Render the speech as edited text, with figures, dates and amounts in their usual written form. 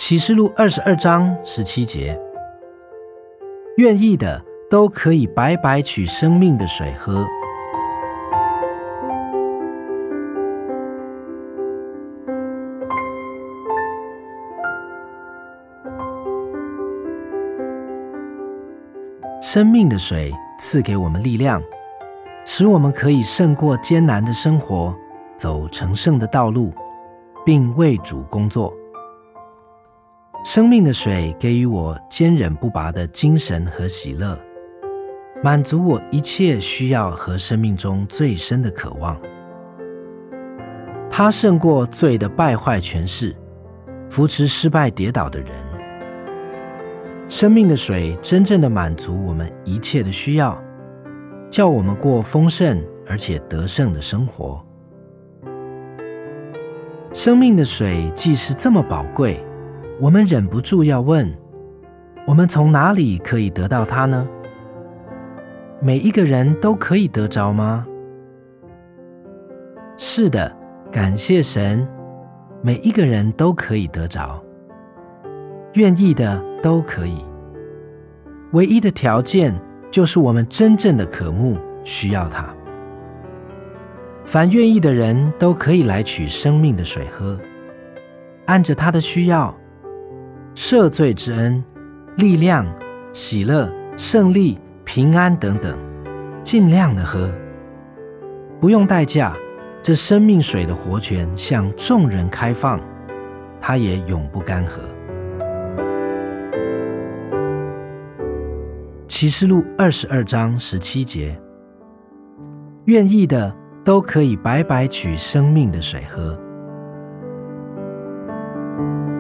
启示录22章17节，愿意的都可以白白取生命的水喝。生命的水赐给我们力量，使我们可以胜过艰难的生活，走成圣的道路，并为主工作。生命的水给予我坚忍不拔的精神和喜乐，满足我一切需要和生命中最深的渴望。它胜过罪的败坏权势，扶持失败跌倒的人。生命的水真正的满足我们一切的需要，叫我们过丰盛而且得胜的生活。生命的水既是这么宝贵，我们忍不住要问，我们从哪里可以得到它呢？每一个人都可以得着吗？是的，感谢神，每一个人都可以得着，愿意的都可以。唯一的条件就是我们真正的渴慕，需要它。凡愿意的人都可以来取生命的水喝，按着他的需要，赦罪之恩、力量、喜乐、胜利、平安等等，尽量的喝，不用代价。这生命水的活泉向众人开放，它也永不干涸。启示录22章17节，愿意的都可以白白取生命的水喝。